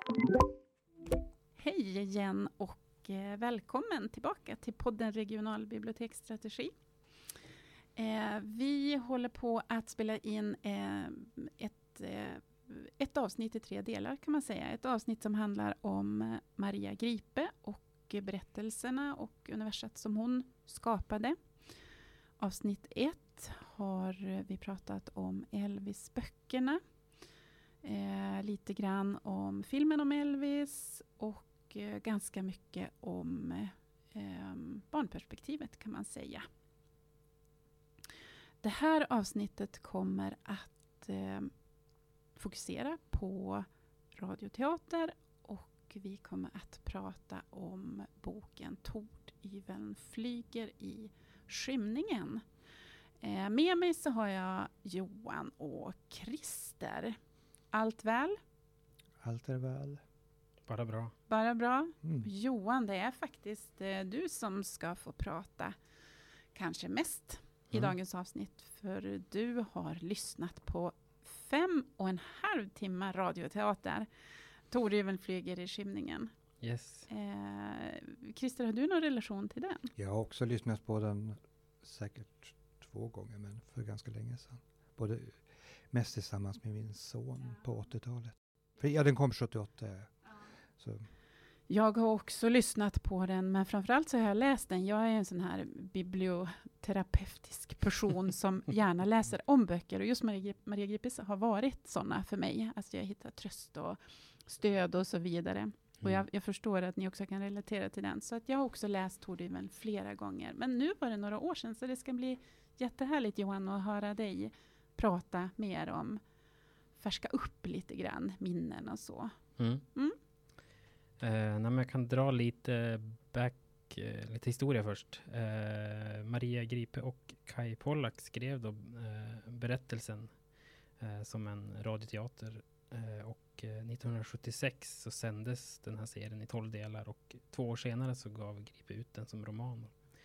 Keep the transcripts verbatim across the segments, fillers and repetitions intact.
Hej igen och eh, välkommen tillbaka till podden Regional biblioteksstrategi. Eh, vi håller på att spela in eh, ett, eh, ett avsnitt i tre delar kan man säga. Ett avsnitt som handlar om Maria Gripe och berättelserna och universat som hon skapade. Avsnitt ett har vi pratat om Elvis-böckerna. Eh, lite grann om filmen om Elvis och eh, ganska mycket om eh, barnperspektivet kan man säga. Det här avsnittet kommer att eh, fokusera på radioteater och vi kommer att prata om boken Tordyveln flyger i skymningen. Eh, med mig så har jag Johan och Christer. Allt väl? Allt är väl. Bara bra. Bara bra. Mm. Johan, det är faktiskt eh, du som ska få prata kanske mest i Mm. dagens avsnitt. För du har lyssnat på fem och en halv timme radioteater. Tordyveln flyger i skymningen. Yes. Eh, Christer, har du någon relation till den? Jag har också lyssnat på den säkert två gånger, men för ganska länge sedan. Både mest tillsammans med min son på åttiotalet. För ja, den kom sjuttioåtta. Så. Jag har också lyssnat på den, men framförallt så har jag läst den. Jag är en sån här biblioterapeutisk person som gärna läser om böcker. Och just Maria, Maria Gripes har varit såna för mig. Alltså jag hittar tröst och stöd och så vidare. Mm. Och jag, jag förstår att ni också kan relatera till den. Så att jag har också läst Tordyveln flera gånger. Men nu var det några år sedan, så det ska bli jättehärligt, Johan, att höra dig prata mer om, färska upp lite grann minnen och så. Mm. Mm. Eh, nej, men jag kan dra lite back, eh, lite historia först. Eh, Maria Gripe och Kai Pollak skrev då eh, berättelsen eh, som en radioteater. Eh, och eh, nittonhundrasjuttiosex så sändes den här serien i tolv delar och två år senare så gav Gripe ut den som roman.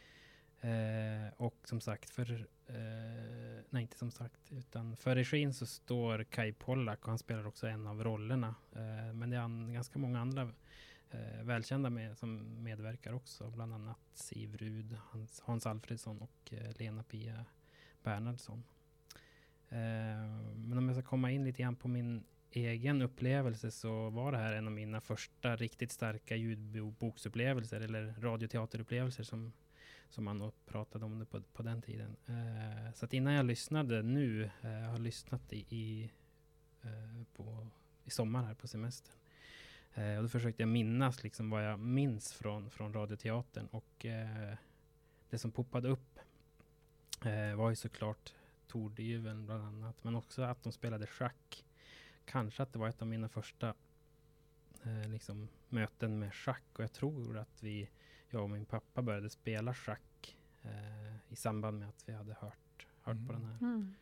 Eh, och som sagt, för eh, nej inte som sagt, utan för regin så står Kai Pollak och han spelar också en av rollerna. Eh, men det är an, ganska många andra eh, välkända med, som medverkar också, bland annat Siv Rud, Hans, Hans Alfredsson och eh, Lena Pia Bernhardsson. Eh, men om jag ska komma in lite grann på min egen upplevelse, så var det här en av mina första riktigt starka ljudboksupplevelser eller radioteaterupplevelser som som man pratade om det på, på den tiden. Eh, så att innan jag lyssnade nu, eh, jag har lyssnat i, i, eh, på, i sommar här på semestern. Eh, och då försökte jag minnas liksom vad jag minns från, från radioteatern. Och eh, det som poppade upp eh, var ju såklart Tordyveln bland annat. Men också att de spelade schack. Kanske att det var ett av mina första eh, liksom, möten med schack. Och jag tror att vi jag och min pappa började spela schack eh, i samband med att vi hade hört, hört Mm. på den här. Mm.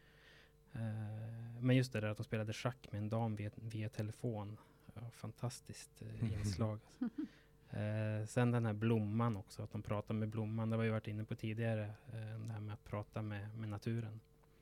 Eh, men just det där att de spelade schack med en dam via, via telefon. Ja, fantastiskt eh, inslag. eh, sen den här blomman också, att de pratar med blomman. Det har vi varit inne på tidigare. Eh, det här med att prata med, med naturen.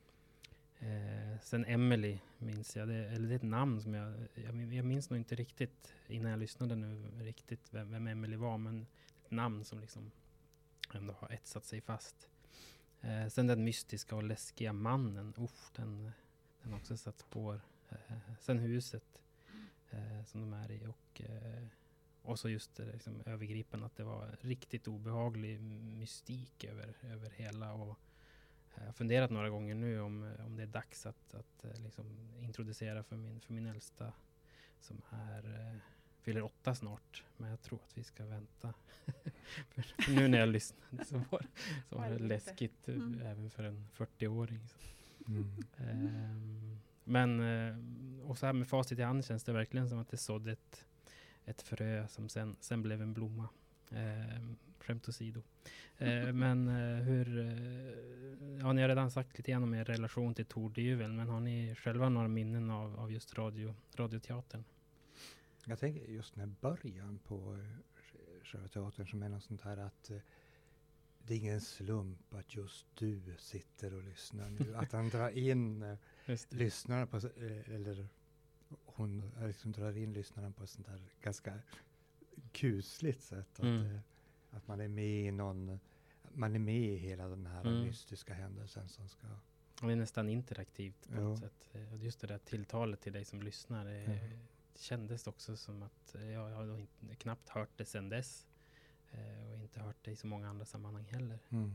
Eh, sen Emily minns jag. Det, eller det är ett namn som jag, jag... Jag minns nog inte riktigt innan jag lyssnade nu riktigt vem, vem Emily var. Men namn som liksom ändå har etsat sig fast. Eh, sen den mystiska och läskiga mannen. Uff, den, den har också satt spår. Eh, sen huset eh, som de är i. Och, eh, och så just det liksom, övergripande att det var riktigt obehaglig mystik över, över hela. Och jag har funderat några gånger nu om, om det är dags att, att liksom introducera för min, för min äldsta som är... Eh, fyller åtta snart, men jag tror att vi ska vänta. för, för nu när jag lyssnade så var, så var det läskigt mm. även för en fyrtioåring. Mm. Um, men uh, och så här med facit i hand känns det verkligen som att det sådde ett, ett frö som sen, sen blev en blomma. Uh, skämt åsido. Uh, men uh, hur... Uh, ja, ni har redan sagt lite grann om er relation till Tordyveln, men har ni själva några minnen av, av just radio, radioteatern? Jag tänker just när början på själva teatern som är något sånt här att uh, det är ingen slump att just du sitter och lyssnar nu. Att han drar in uh, lyssnarna på, uh, eller hon liksom drar in lyssnaren på ett sånt där ganska kusligt sätt. Att, Mm. det, att man är med i någon, man är med i hela den här Mm. mystiska händelsen som ska... Och det är nästan interaktivt på Ja. något sätt. Eh, Och just det där tilltalet till dig som lyssnar eh, Ja. kändes också som att eh, jag, jag har då inte, knappt hört det sedan dess. Eh, och inte hört det i så många andra sammanhang heller. Mm.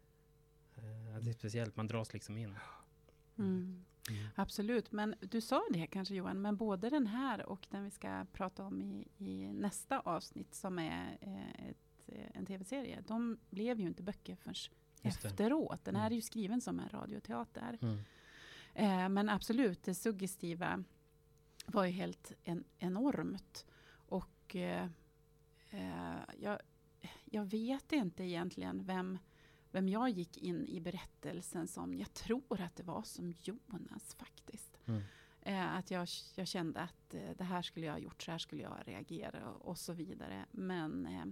Eh, det är speciellt, man dras liksom in. Mm. Mm. Absolut, men du sa det kanske Johan, men både den här och den vi ska prata om i, i nästa avsnitt som är eh, ett, eh, en tv-serie, de blev ju inte böcker förrän Just det. efteråt. Den här Mm. är ju skriven som en radioteater. Mm. Eh, men absolut, det suggestiva var ju helt en, enormt. Och eh, eh, jag, jag vet inte egentligen vem, vem jag gick in i berättelsen som. Jag tror att det var som Jonas faktiskt. Mm. Eh, att jag, jag kände att eh, det här skulle jag ha gjort, så här skulle jag reagera och, och så vidare. Men, eh,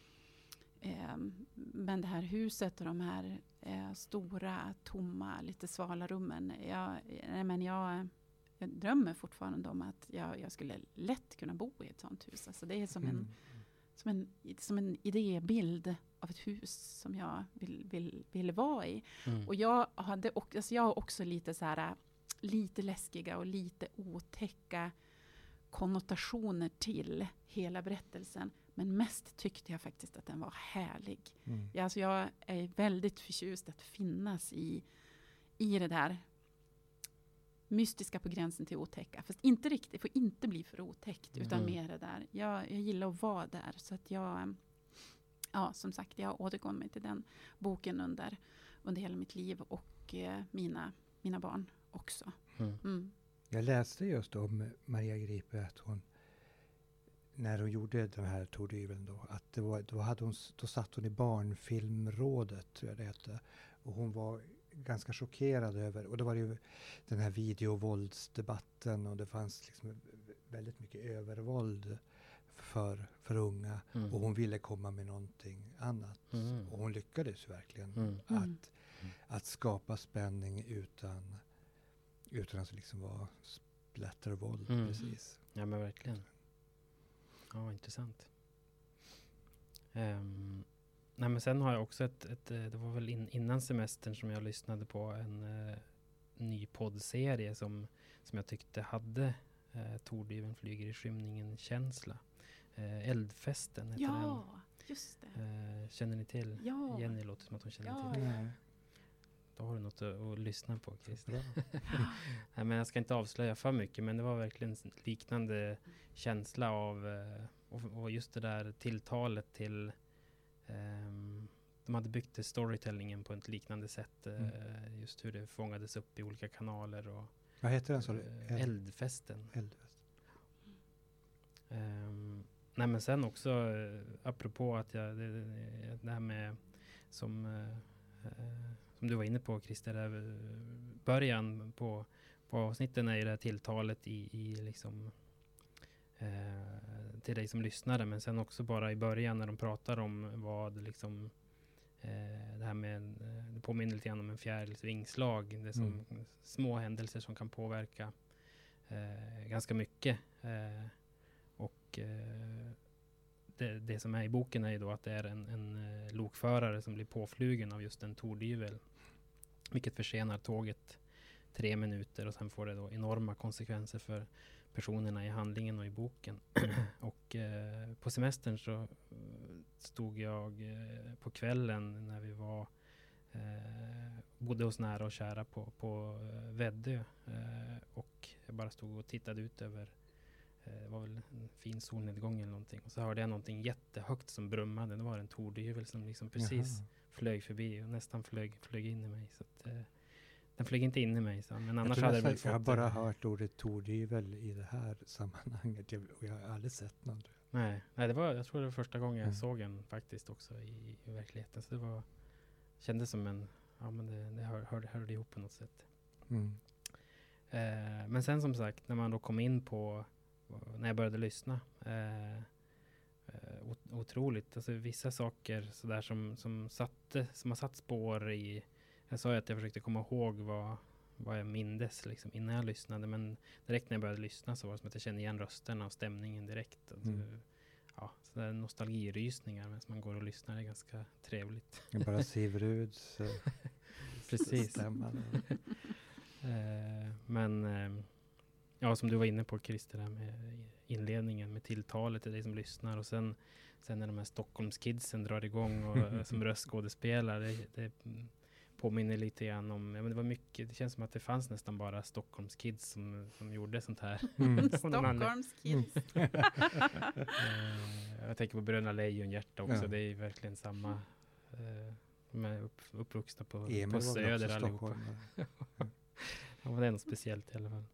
eh, men det här huset och de här eh, stora, tomma, lite svala rummen. Jag, nej, men jag, jag drömmer fortfarande om att jag, jag skulle lätt kunna bo i ett sånt hus. Alltså det är som, Mm. en, som, en, som en idébild av ett hus som jag vill, vill, vill vara i. Mm. Och jag hade också, alltså jag har också lite så här, lite läskiga och lite otäcka konnotationer till hela berättelsen. Men mest tyckte jag faktiskt att den var härlig. Mm. Ja, alltså jag är väldigt förtjust att finnas i, i det där mystiska på gränsen till otäcka. Fast inte riktigt, det får inte bli för otäckt, utan Mm. mer det där. Jag, jag gillar att vara där, så att jag, ja, som sagt, jag återgår mig till den boken under, under hela mitt liv och eh, mina, mina barn också. Mm. Mm. Jag läste just om Maria Gripe att hon, när hon gjorde den här Tordyveln då, att det var, då, hade hon, då satt hon i barnfilmrådet, tror jag det hette, och hon var ganska chockerad över, och det var ju den här videovåldsdebatten och det fanns liksom väldigt mycket övervåld för, för unga, Mm. och hon ville komma med någonting annat. Mm. Och hon lyckades verkligen Mm. att, Mm. att skapa spänning utan, utan att liksom vara splattervåld. Mm. Precis. Ja, men verkligen. Ja, intressant. Um, nej, men sen har jag också ett, ett eh, det var väl in, innan semestern som jag lyssnade på en uh, ny poddserie som, som jag tyckte hade uh, Tordyveln flyger i skymningen-känsla. Uh, Eldfesten heter den. Ja, just det. Uh, känner ni till? Ja. Jenny låter som att hon känner Ja, till. Nej. Då har du något att, att lyssna på, Christer. Bra. Nej, men jag ska inte avslöja för mycket, men det var verkligen en liknande känsla av eh, och, och just det där tilltalet till ehm, de hade byggt det storytellingen på ett liknande sätt, eh, Mm. just hur det fångades upp i olika kanaler och Vad heter den? Så du? eh, Eld- Eldfesten. Eldfest. Ehm, nej, men sen också eh, apropå att jag det, det, det här med som eh, eh, som du var inne på, Christer, där, eh, början på, på avsnitten är ju det här tilltalet i, i liksom eh, till dig som lyssnade, men sen också bara i början när de pratar om vad liksom eh, det här med eh, det påminner lite grann om en fjärils vingslag, det är som Mm. små händelser som kan påverka eh, ganska mycket eh, och eh, det, det som är i boken är ju då att det är en, en eh, lokförare som blir påflugen av just en tordyvel, vilket försenar tåget tre minuter och sen får det då enorma konsekvenser för personerna i handlingen och i boken. Och eh, på semestern så eh, stod jag eh, på kvällen när vi var eh, bodde hos nära och kära på, på eh, Väddö eh, och jag bara stod och tittade ut över eh, det var väl en fin solnedgång eller någonting, och så hörde jag någonting jättehögt som brummade. Det var en tordyvel som liksom precis Jaha. flög förbi och nästan flög, flög in i mig. Så att, eh, den flög inte in i mig, så, men Jag, annars tror hade det nästan- väl fått... jag har bara eh, hört ordet tordyvel i det här sammanhanget. Jag, och jag har aldrig sett någon. Nej, nej det var, jag tror det var första gången jag Mm. såg en faktiskt också i, i verkligheten. Så det var, kändes som en, ja men det, det hör, hörde, hörde ihop på något sätt. Mm. Eh, men sen som sagt, när man då kom in på, när jag började lyssna, eh, eh, ot- otroligt, alltså vissa saker sådär som, som satte, som har satt spår i, jag sa ju att jag försökte komma ihåg vad, vad jag mindes liksom, innan jag lyssnade. Men direkt när jag började lyssna så var det som att jag kände igen rösterna och stämningen direkt. Och Mm. så, ja, så där nostalgirysningar medan man går och lyssnar. Det är ganska trevligt. Det är bara Siveruds eh, Precis. stämma. Eh, men eh, ja, som du var inne på, Christer, där med inledningen med tilltalet till dig som lyssnar, och sen, sen när de här Stockholmskidsen drar igång och som röstskådespelare, det, det påminner lite grann om, ja, men det var mycket, det känns som att det fanns nästan bara Stockholmskids som, som gjorde sånt här. Mm. Stockholmskids. eh, jag tänker på Bröderna Lejonhjärta också, Ja. det är verkligen samma, eh, de är upp, uppvuxna på, Emil på var väl Söder också allihopa. stockholmare. Ja, men det är något speciellt i alla fall.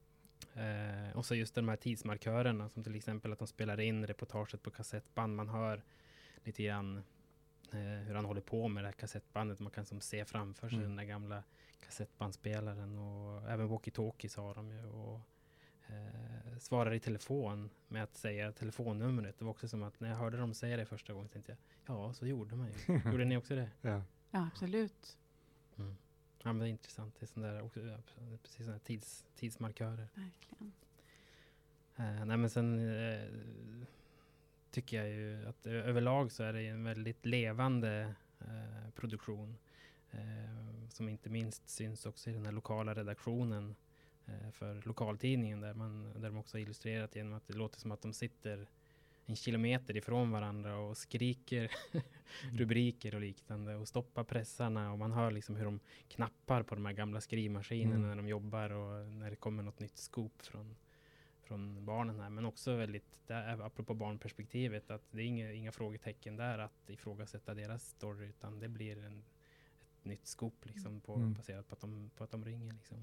Eh, och så just de här tidsmarkörerna, som till exempel att de spelar in reportaget på kassettband. Man hör lite grann eh, hur han håller på med det här kassettbandet. Man kan som se framför sig Mm. den där gamla kassettbandspelaren, och även walkie-talkies har de ju, och eh, svarar i telefon med att säga telefonnumret. Det var också som att när jag hörde dem säga det första gången tänkte jag, ja, så gjorde man ju. Gjorde ni också det? Ja. Ja, absolut. Mm. Ja, men det är intressant. Det är sån där också, ja, precis sådana här tids, tidsmarkörer. Verkligen. Uh, nej, men sen uh, tycker jag ju att uh, överlag så är det en väldigt levande uh, produktion. Uh, som inte minst syns också i den här lokala redaktionen uh, för lokaltidningen, där, man, där de också har illustrerat genom att det låter som att de sitter en kilometer ifrån varandra och skriker rubriker och liknande och stoppar pressarna, och man hör liksom hur de knappar på de här gamla skrivmaskinerna Mm. när de jobbar, och när det kommer något nytt scoop från, från barnen här. Men också väldigt, där, apropå barnperspektivet, att det är inga, inga frågetecken där att ifrågasätta deras story, utan det blir en, ett nytt scoop liksom på, Mm. baserat på att de, på att de ringer liksom.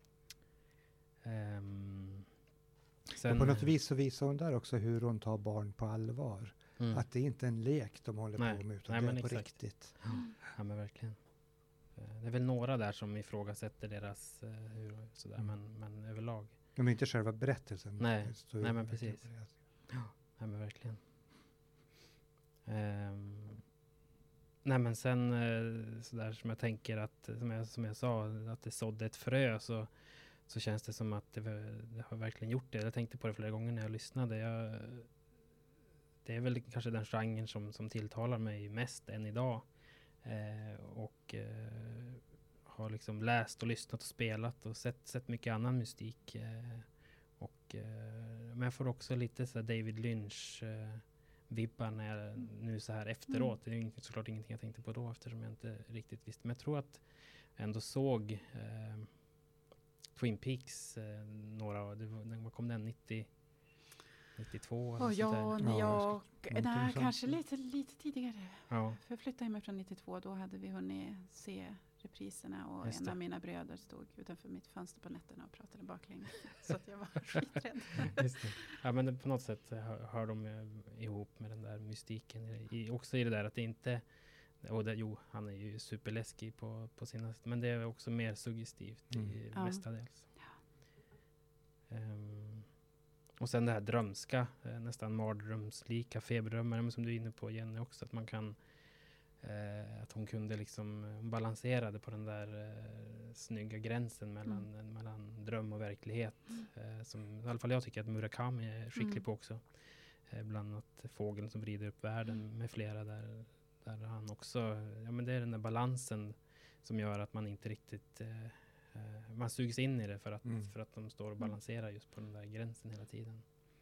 Um, Och på något vis så visar hon där också hur hon tar barn på allvar. mm. Att det inte är en lek de håller Nej. på med, utan Nej, det är men på exakt. riktigt. Ja, men verkligen. Eh, Det är väl några där som ifrågasätter deras eh, hur, sådär, Mm. men, men överlag. De är inte själva berättelsen. Nej. Det står ju Nej, men verkligen precis. på det. Ja, men verkligen. Ehm, nej, men sen eh, sådär som jag tänker att, som jag, som jag sa, att det sådde ett frö, så, så känns det som att det, var- det har verkligen gjort det. Jag tänkte på det flera gånger när jag lyssnade. Jag, det är väl kanske den genren som, som tilltalar mig mest än idag. Eh, och eh, har liksom läst och lyssnat och spelat och sett, sett mycket annan mystik. Eh, och, eh, men jag får också lite så här David Lynch eh, vibbar när jag, nu så här efteråt. Det är ju ing- såklart ingenting jag tänkte på då, eftersom jag inte riktigt visste. Men jag tror att jag ändå såg eh, Twin Peaks eh, några, det var, när kom den? nittio, nittiotvå? eller Oh, sånt ja, där. när Ja, jag... någonting Nej, sånt. kanske lite, lite tidigare. Ja, För jag flyttade hemifrån från nittiotvå. Då hade vi hunnit se repriserna. Och Just en det. av mina bröder stod utanför mitt fönster på nätterna och pratade baklänges. Så att jag var skiträdd. just det. Ja, men det, på något sätt eh, hör, hör de eh, ihop med den där mystiken. I, i, också i det där att det inte... Och det, jo, han är ju superläskig på, på sina... Men det är också mer suggestivt Mm. i, Ja. mestadels. Ehm, och sen det här drömska, eh, nästan mardrömslika feberdrömmar, men som du är inne på, Jenny, också, att man kan eh, att hon kunde liksom, hon balanserade på den där eh, snygga gränsen mellan, Mm. mellan dröm och verklighet, eh, som i alla fall jag tycker att Murakami är skicklig Mm. på också. Eh, bland annat Fågeln som vrider upp världen Mm. med flera där, där han också, ja men det är den där balansen som gör att man inte riktigt eh, eh, man sugs in i det för att, Mm. för att de står och balanserar just på den där gränsen hela tiden.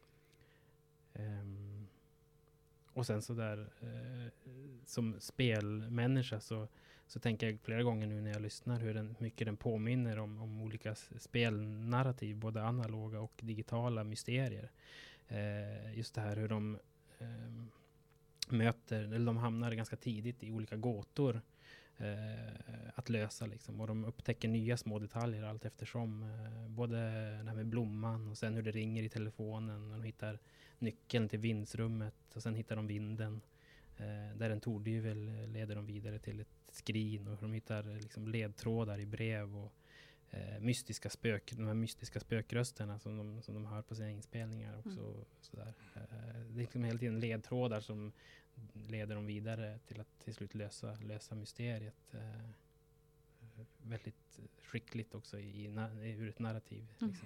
Ehm, och sen så där eh, som spelmänniska så, så tänker jag flera gånger nu när jag lyssnar hur den, mycket den påminner om, om olika s- spelnarrativ, både analoga och digitala mysterier. Eh, just det här hur de ehm, möter, eller de hamnar ganska tidigt i olika gåtor eh, att lösa liksom. Och de upptäcker nya små detaljer allt eftersom. Eh, både det här med blomman och sen hur det ringer i telefonen. Och de hittar nyckeln till vindsrummet och sen hittar de vinden. Eh, där en tordyvel leder dem vidare till ett skrin och hur de hittar eh, liksom ledtrådar i brev och eh, mystiska spök, de här mystiska spökrösterna som de, som de hör på sina inspelningar också. Mm. Sådär. Eh, det är liksom hela tiden ledtrådar som leder dem vidare till att till slut lösa, lösa mysteriet. Eh, väldigt skickligt också i, i, na- ur ett narrativ. Mm. Liksom.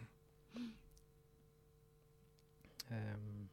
Um,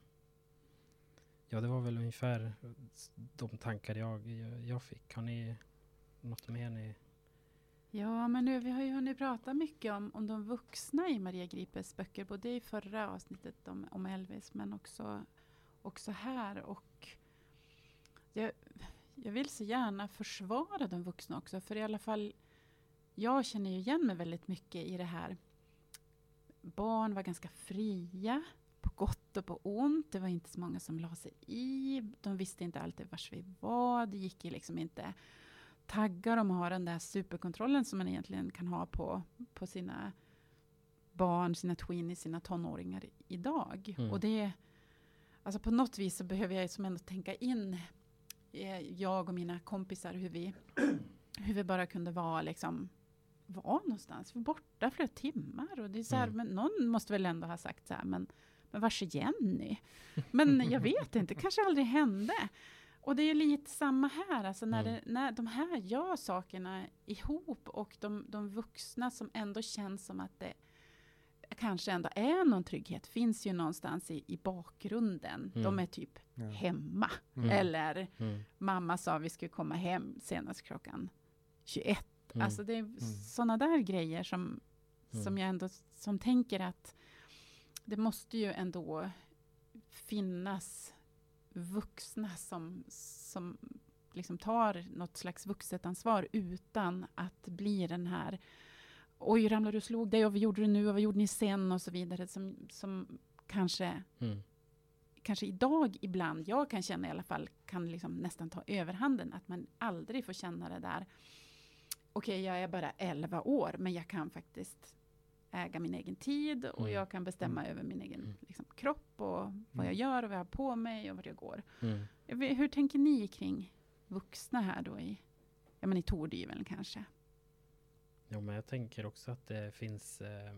ja, det var väl ungefär de tankar jag, jag, jag fick. Har ni något mer ni... Ja, men nu, vi har ju hunnit prata mycket om, om de vuxna i Maria Gripes böcker. Både i förra avsnittet om, om Elvis, men också, också här. Och jag, jag vill så gärna försvara de vuxna också. För i alla fall, jag känner ju igen mig väldigt mycket i det här. Barn var ganska fria, på gott och på ont. Det var inte så många som la sig i. De visste inte alltid vars vi var. Det gick ju liksom inte taggar om att ha den där superkontrollen som man egentligen kan ha på, på sina barn, sina tweenies, sina tonåringar idag. Mm. Och det, alltså på något vis så behöver jag som ändå tänka in eh, jag och mina kompisar hur vi, hur vi bara kunde vara liksom var någonstans. Vi var borta flera timmar. Och det är så här, Mm. men någon måste väl ändå ha sagt så här, men, men vars är Jenny? Men jag vet inte, kanske aldrig hände. Och det är lite samma här. Alltså när, Mm. det, när de här gör sakerna ihop och de, de vuxna som ändå känns som att det kanske ändå är någon trygghet finns ju någonstans i, i bakgrunden. Mm. De är typ Ja. hemma. Mm. Eller Mm. mamma sa vi skulle komma hem senast klockan tjugoett. Mm. Alltså det är sådana där grejer som, Mm. som jag ändå som tänker att det måste ju ändå finnas vuxna som, som liksom tar något slags vuxet ansvar utan att bli den här oj, ramlar du slog dig och vad gjorde du nu och vad gjorde ni sen och så vidare som, som kanske Mm. kanske idag ibland, jag kan känna i alla fall, kan liksom nästan ta överhanden att man aldrig får känna det där okej, jag är bara elva år men jag kan faktiskt äga min egen tid och Mm. jag kan bestämma Mm. över min egen Mm. liksom, kropp och vad jag gör och vad jag har på mig och vad jag går. Mm. Jag vet, hur tänker ni kring vuxna här då i, ja men i Tordyveln kanske? Ja, men jag tänker också att det finns eh,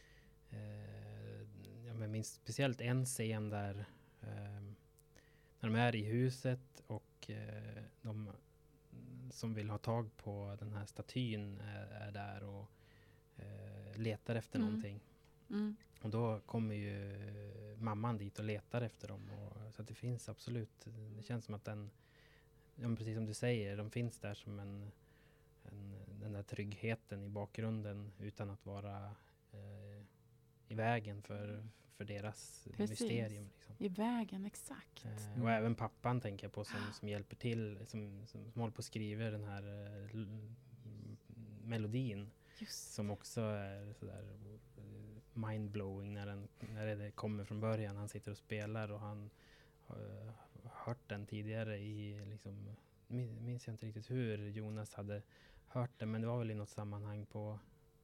eh, ja, men minst speciellt en scen där eh, när de är i huset och eh, de som vill ha tag på den här statyn är, är där och eh, letar efter Mm. någonting. Mm. Och då kommer ju mamman dit och letar efter dem. Och, så att det finns absolut, det känns som att den, ja, men precis som du säger, de finns där som en, en den där tryggheten i bakgrunden utan att vara eh, i vägen för, för deras Precis. mysterium. Liksom. I vägen, exakt. Eh, och även pappan tänker jag på som, som hjälper till, som, som, som håller på att skriva den här eh, l- m- melodin. Just. Som också är sådär eh, mindblowing när, den, när det kommer från början. Han sitter och spelar och han har uh, hört den tidigare i, liksom, min- minns jag inte riktigt hur Jonas hade hört den, men det var väl i något sammanhang på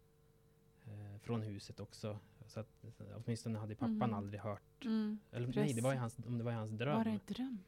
eh, från huset också. Så att åtminstone hade pappan Mhm. aldrig hört, Mm. eller nej, Precis. det var ju hans, om det var i hans dröm. Var det en dröm?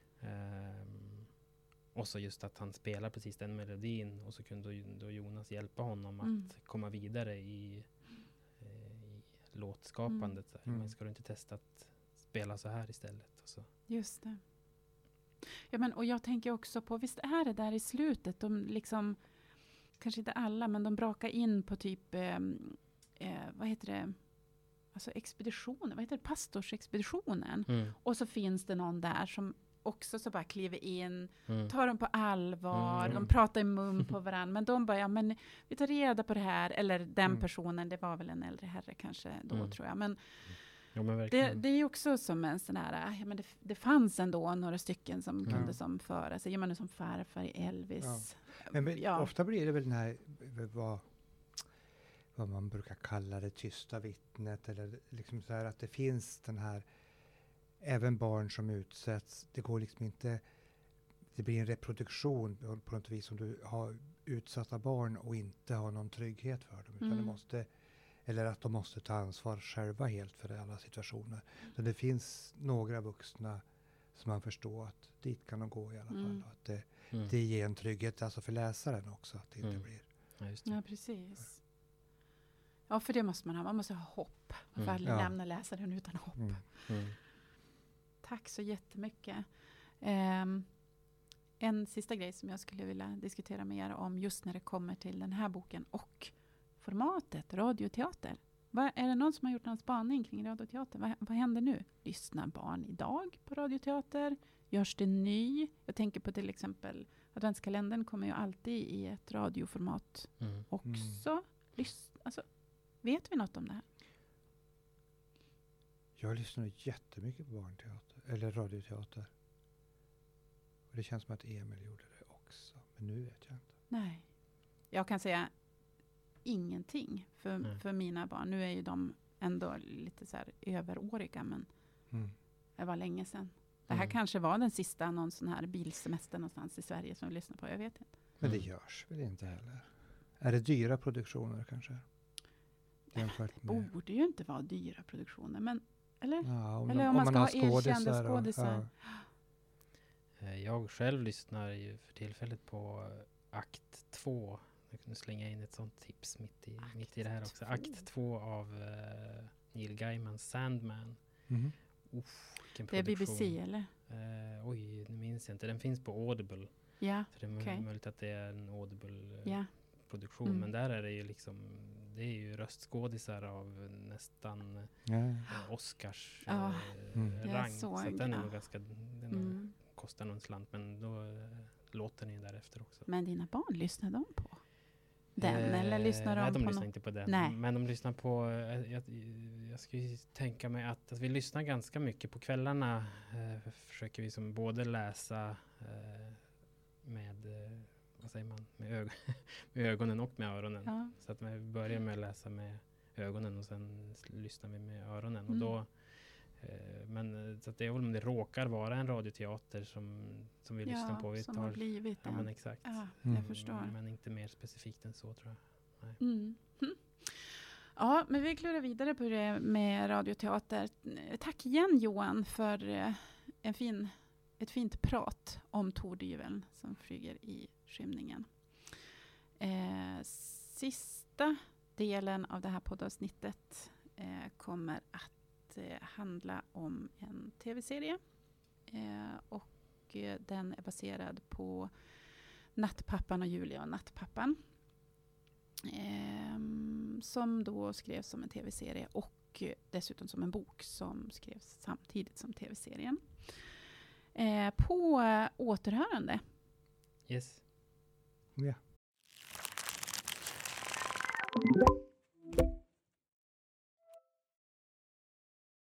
Ehm, och så just att han spelar precis den melodin och så kunde ju då Jonas hjälpa honom Mm. att komma vidare i, eh, i låtskapandet. Så här. Mm. Men ska du inte testa att spela så här istället? Och så. Just det. Ja, men, och jag tänker också på, visst är det där i slutet, de liksom, kanske inte alla, men de brakar in på typ, eh, eh, vad heter det, alltså expeditionen, vad heter det, pastorsexpeditionen. Mm. Och så finns det någon där som också så bara kliver in, Mm. tar dem på allvar, Mm. de pratar i mun på varandra, men de bara, ja men vi tar reda på det här, eller den Mm. personen, det var väl en äldre herre kanske då Mm. tror jag, men Ja, men det, verkligen. det är ju också som en sån här, ja men det, det fanns ändå några stycken som Ja. kunde som föra sig, ja men som farfar i Elvis. Men, men Ja. ofta blir det väl den här, vad, vad man brukar kalla det tysta vittnet, eller liksom så här att det finns den här, även barn som utsätts, det går liksom inte, det blir en reproduktion på, på något vis om du har utsatta barn och inte har någon trygghet för dem, utan Mm. det måste, eller att de måste ta ansvar själva helt för alla situationer. Så det finns några vuxna som man förstår att dit kan de gå i alla Mm. fall. Och att det, Mm. det ger en trygghet alltså för läsaren också, att det inte Mm. blir... Ja, just det. Ja, precis. Ja, för det måste man ha. Man måste ha hopp. Man får Mm. aldrig Ja. lämna läsaren utan hopp. Mm. Mm. Tack så jättemycket. Um, en sista grej som jag skulle vilja diskutera med er om just när det kommer till den här boken och formatet radioteater. Vad, är det någon som har gjort någon spaning kring radioteater? Vad, vad händer nu? Lyssnar barn idag på radioteater? Görs det ny? Jag tänker på till exempel adventskalendern kommer ju alltid i ett radioformat Mm. också. Mm. Lys- alltså, vet vi något om det här? Jag lyssnar jättemycket på barnteater, eller radioteater. Och det känns som att Emil gjorde det också. Men nu vet jag inte. Nej. Jag kan säga ingenting för, Nej. för mina barn. Nu är ju de ändå lite så här överåriga, men Mm. det var länge sedan. Det här Mm. kanske var den sista någon sån här bilsemester någonstans i Sverige som vi lyssnar på. Jag vet inte. Men det Mm. görs väl inte heller? Är det dyra produktioner kanske? Jämfört med... Borde ju inte vara dyra produktioner, men eller? Ja, om, Eller de, om man man ska har ha erkända skådisar. och- skådisar. Ja. Eh, Jag själv lyssnar ju för tillfället på akt två. Jag kunde slänga in ett sånt tips mitt i, Akt mitt i det här också. två. Akt två av uh, Neil Gaimans Sandman. Mhm. Uff, vilken Det är B B produktion. C, eller? Eh, oj, nu minns jag inte. Den finns på Audible. Ja, Så det är Okej. möjligt att det är en Audible eh, ja. produktion. Mm. Men där är det ju liksom, det är ju röstskådisar av nästan Ja. eh, Oscars Ja. eh, Mm. Jag rang. såg, Så att den är ja. nog ganska, den Mm. kostar nog en slant. Men då eh, låter den ju därefter också. Men dina barn, lyssnar de på den? Eh, eller lyssnar de nej, de på lyssnar något? inte på den. Nej. Men de lyssnar på, eh, jag, jag skulle ju tänka mig att, att vi lyssnar ganska mycket på kvällarna. Eh, försöker vi som både läsa eh, med, eh, vad säger man, med, ög- med ögonen och med öronen. Ja. Så att vi börjar med att läsa med ögonen och sen s- lyssnar vi med öronen. Mm. Och då, eh, men eh, så att det är väl om det råkar vara en radioteater som, som vi lyssnar på. Vi som har blivit ja, en. men exakt. Ja, Mm. jag förstår. Men inte mer specifikt än så, tror jag. Mm. Hm. Ja, men vi klurar vidare på det med radioteater. Tack igen Johan för eh, en fin, ett fint prat om tordyveln som flyger i skymningen. Eh, sista delen av det här poddavsnittet eh, kommer att eh, handla om en tv-serie. Eh, och eh, den är baserad på Nattpappan och Julia och Nattpappan. Ehm, som då skrevs som en tv-serie och eh, dessutom som en bok som skrevs samtidigt som tv-serien. Eh, på eh, återhörande. Yes. Ja.